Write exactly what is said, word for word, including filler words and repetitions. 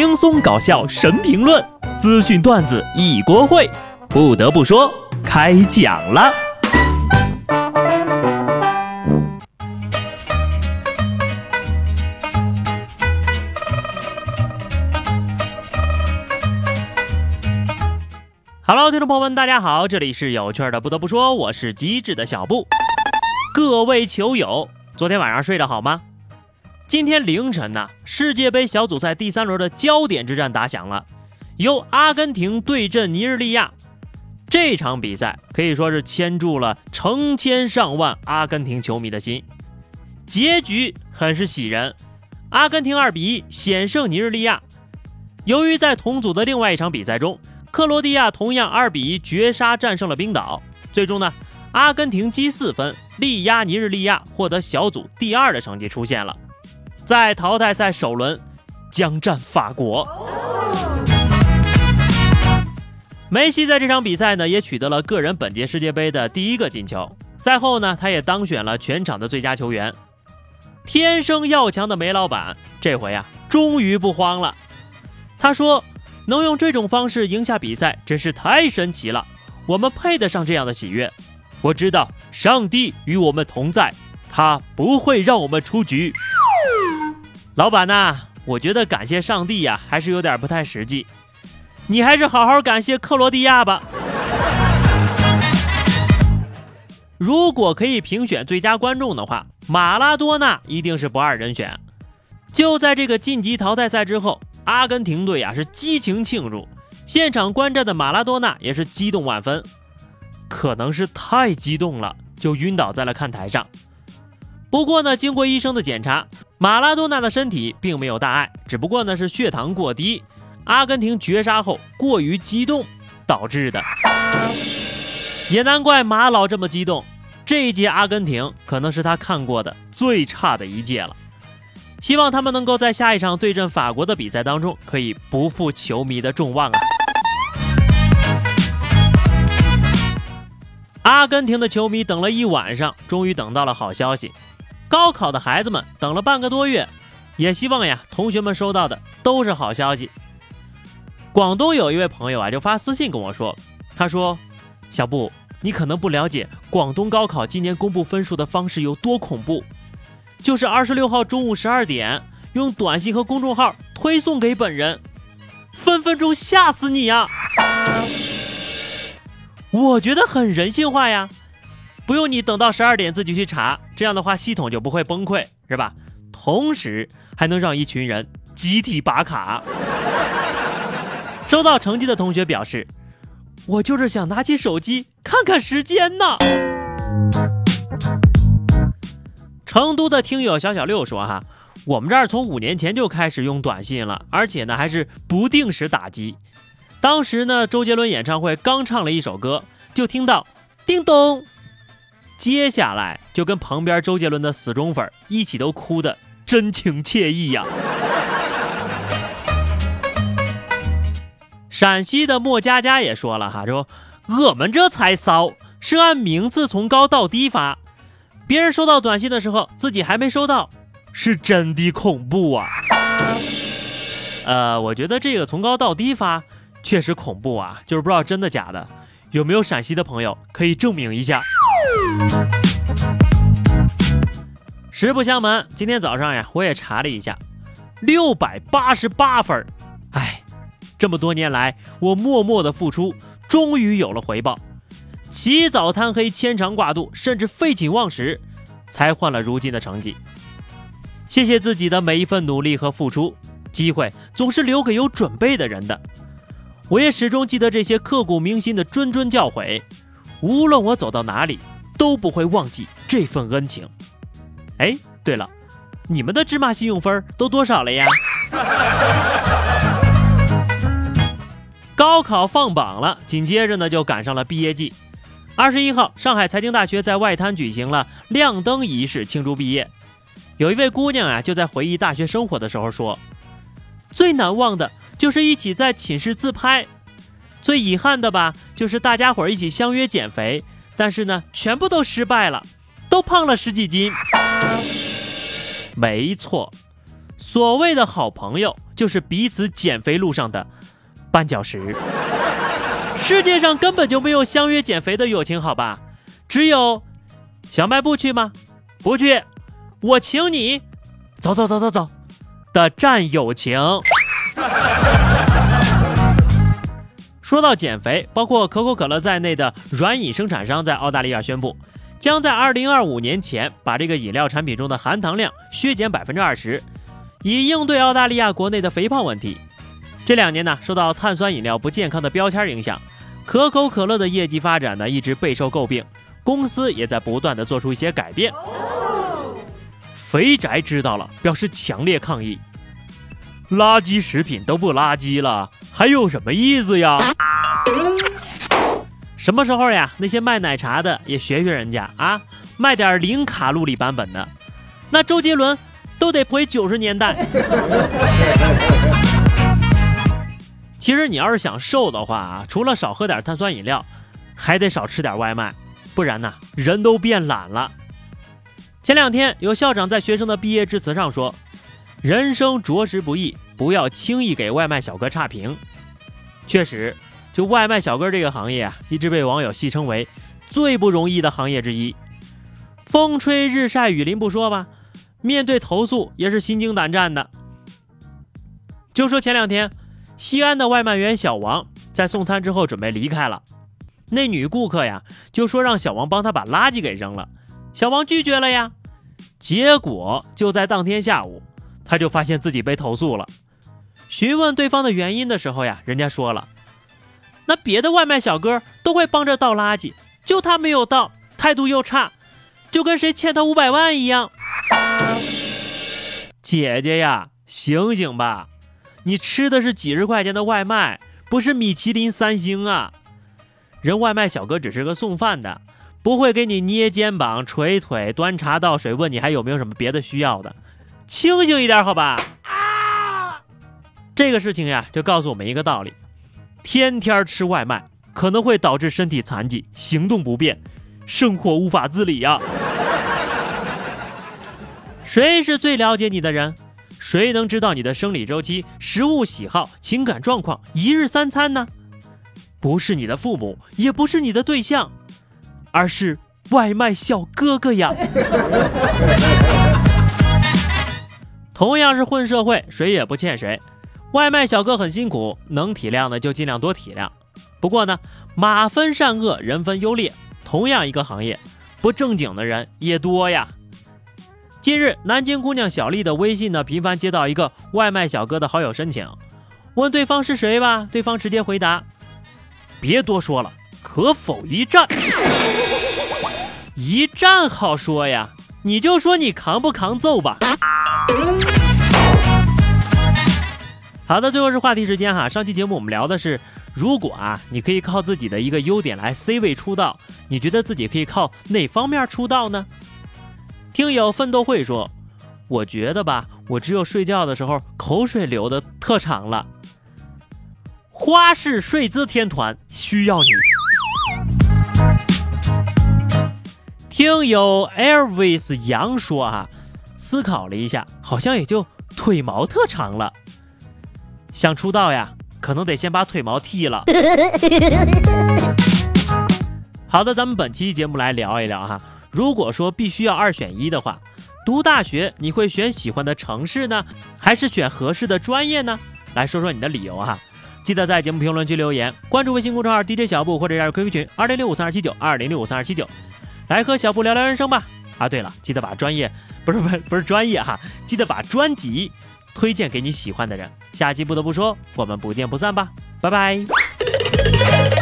轻松搞笑神评论，资讯段子一锅烩。不得不说，开讲了。Hello， 听众朋友们，大家好，这里是有趣的。不得不说，我是机智的小布。各位球友，昨天晚上睡得好吗？今天凌晨呢、啊，世界杯小组赛第三轮的焦点之战打响了，由阿根廷对阵尼日利亚。这场比赛可以说是牵住了成千上万阿根廷球迷的心。结局很是喜人，阿根廷二比一险胜尼日利亚。由于在同组的另外一场比赛中，克罗地亚同样二比一绝杀战胜了冰岛，最终呢，阿根廷积四分，力压尼日利亚，获得小组第二的成绩出现了。在淘汰赛首轮将战法国。梅西在这场比赛呢也取得了个人本届世界杯的第一个进球，赛后呢他也当选了全场的最佳球员。天生要强的梅老板这回啊终于不慌了，他说能用这种方式赢下比赛真是太神奇了，我们配得上这样的喜悦。我知道上帝与我们同在，他不会让我们出局。老板呐、啊，我觉得感谢上帝呀、啊，还是有点不太实际。你还是好好感谢克罗地亚吧。如果可以评选最佳观众的话，马拉多纳一定是不二人选。就在这个晋级淘汰赛之后，阿根廷队啊是激情庆祝，现场观战的马拉多纳也是激动万分，可能是太激动了，就晕倒在了看台上。不过呢，经过医生的检查，马拉多纳的身体并没有大碍，只不过呢是血糖过低，阿根廷绝杀后过于激动导致的。也难怪马老这么激动，这一届阿根廷可能是他看过的最差的一届了。希望他们能够在下一场对阵法国的比赛当中可以不负球迷的众望啊！阿根廷的球迷等了一晚上，终于等到了好消息。高考的孩子们等了半个多月，也希望呀同学们收到的都是好消息。广东有一位朋友啊就发私信跟我说，他说小布，你可能不了解广东高考今年公布分数的方式有多恐怖，就是二十六号中午十二点用短信和公众号推送给本人，分分钟吓死你呀！我觉得很人性化呀，不用你等到十二点自己去查，这样的话系统就不会崩溃，是吧？同时还能让一群人集体拔卡。收到成绩的同学表示，我就是想拿起手机看看时间呢。成都的听友小小六说哈，我们这儿从五年前就开始用短信了，而且呢还是不定时打击。当时呢周杰伦演唱会刚唱了一首歌，就听到叮咚，接下来就跟旁边周杰伦的死忠粉一起都哭得真情切意呀。陕西的莫佳佳也说了哈，说我们这才骚，是按名次从高到低发，别人收到短信的时候自己还没收到，是真的恐怖啊。呃，我觉得这个从高到低发确实恐怖啊，就是不知道真的假的，有没有陕西的朋友可以证明一下？实不相瞒，今天早上呀我也查了一下，六百八十八分。哎，这么多年来我默默的付出终于有了回报，起早贪黑，牵肠挂肚，甚至废寝忘食，才换了如今的成绩。谢谢自己的每一份努力和付出，机会总是留给有准备的人的。我也始终记得这些刻骨铭心的谆谆教诲，无论我走到哪里都不会忘记这份恩情。哎，对了，你们的芝麻信用分都多少了呀？高考放榜了，紧接着呢就赶上了毕业季。二十一号，上海财经大学在外滩举行了亮灯仪式庆祝毕业。有一位姑娘啊就在回忆大学生活的时候说，最难忘的就是一起在寝室自拍，最遗憾的吧就是大家伙一起相约减肥，但是呢全部都失败了，都胖了十几斤。没错， 所谓的好朋友，就是彼此减肥路上的绊脚石。世界上根本就没有相约减肥的友情，好吧？只有小卖部去吗？不去，我请你，走走走走走的战友情。说到减肥，包括可口可乐在内的软饮生产商在澳大利亚宣布，将在二零二五年前把这个饮料产品中的含糖量削减百分之二十，以应对澳大利亚国内的肥胖问题。这两年呢，受到碳酸饮料不健康的标签影响，可口可乐的业绩发展呢一直备受诟病，公司也在不断的做出一些改变。肥宅知道了，表示强烈抗议。垃圾食品都不垃圾了，还有什么意思呀？什么时候呀？那些卖奶茶的也学学人家啊，卖点零卡路里版本的。那周杰伦都得回九十年代。其实你要是想瘦的话啊，除了少喝点碳酸饮料，还得少吃点外卖，不然呢，人都变懒了。前两天有校长在学生的毕业致辞上说，人生着实不易，不要轻易给外卖小哥差评。确实，就外卖小哥这个行业啊，一直被网友戏称为最不容易的行业之一。风吹日晒雨淋不说吧，面对投诉也是心惊胆战的。就说前两天西安的外卖员小王在送餐之后准备离开了，那女顾客呀就说让小王帮他把垃圾给扔了，小王拒绝了呀。结果就在当天下午，他就发现自己被投诉了。询问对方的原因的时候呀，人家说了，那别的外卖小哥都会帮着倒垃圾，就他没有倒，态度又差，就跟谁欠他五百万一样。姐姐呀，醒醒吧，你吃的是几十块钱的外卖，不是米其林三星啊。人外卖小哥只是个送饭的，不会给你捏肩膀、捶腿、端茶倒水，问你还有没有什么别的需要的。清醒一点好吧。啊，这个事情呀，就告诉我们一个道理，天天吃外卖可能会导致身体残疾、行动不便、生活无法自理呀。谁是最了解你的人？谁能知道你的生理周期、食物喜好、情感状况、一日三餐呢？不是你的父母，也不是你的对象，而是外卖小哥哥呀。同样是混社会，谁也不欠谁。外卖小哥很辛苦，能体谅的就尽量多体谅。不过呢，马分善恶，人分优劣，同样一个行业，不正经的人也多呀。近日，南京姑娘小丽的微信呢，频繁接到一个外卖小哥的好友申请，问对方是谁吧，对方直接回答，别多说了，可否一战？一战好说呀，你就说你扛不扛揍吧。好的，最后是话题时间哈。上期节目我们聊的是，如果啊，你可以靠自己的一个优点来 C 位出道，你觉得自己可以靠哪方面出道呢？听友奋斗会说，我觉得吧，我只有睡觉的时候口水流的特长了。花式睡姿天团需要你。听友 Elvis 杨说啊，思考了一下，好像也就腿毛特长了。想出道呀，可能得先把腿毛剃了。好的，咱们本期节目来聊一聊哈。如果说必须要二选一的话，读大学你会选喜欢的城市呢，还是选合适的专业呢？来说说你的理由哈。记得在节目评论区留言，关注微信公众号 D J 小布或者加入 Q Q 群二零六五三二七九二零六五三二七九，来和小布聊聊人生吧。啊，对了，记得把专业不是不是不是专业哈，记得把专辑推荐给你喜欢的人。下期不得不说，我们不见不散吧，拜拜。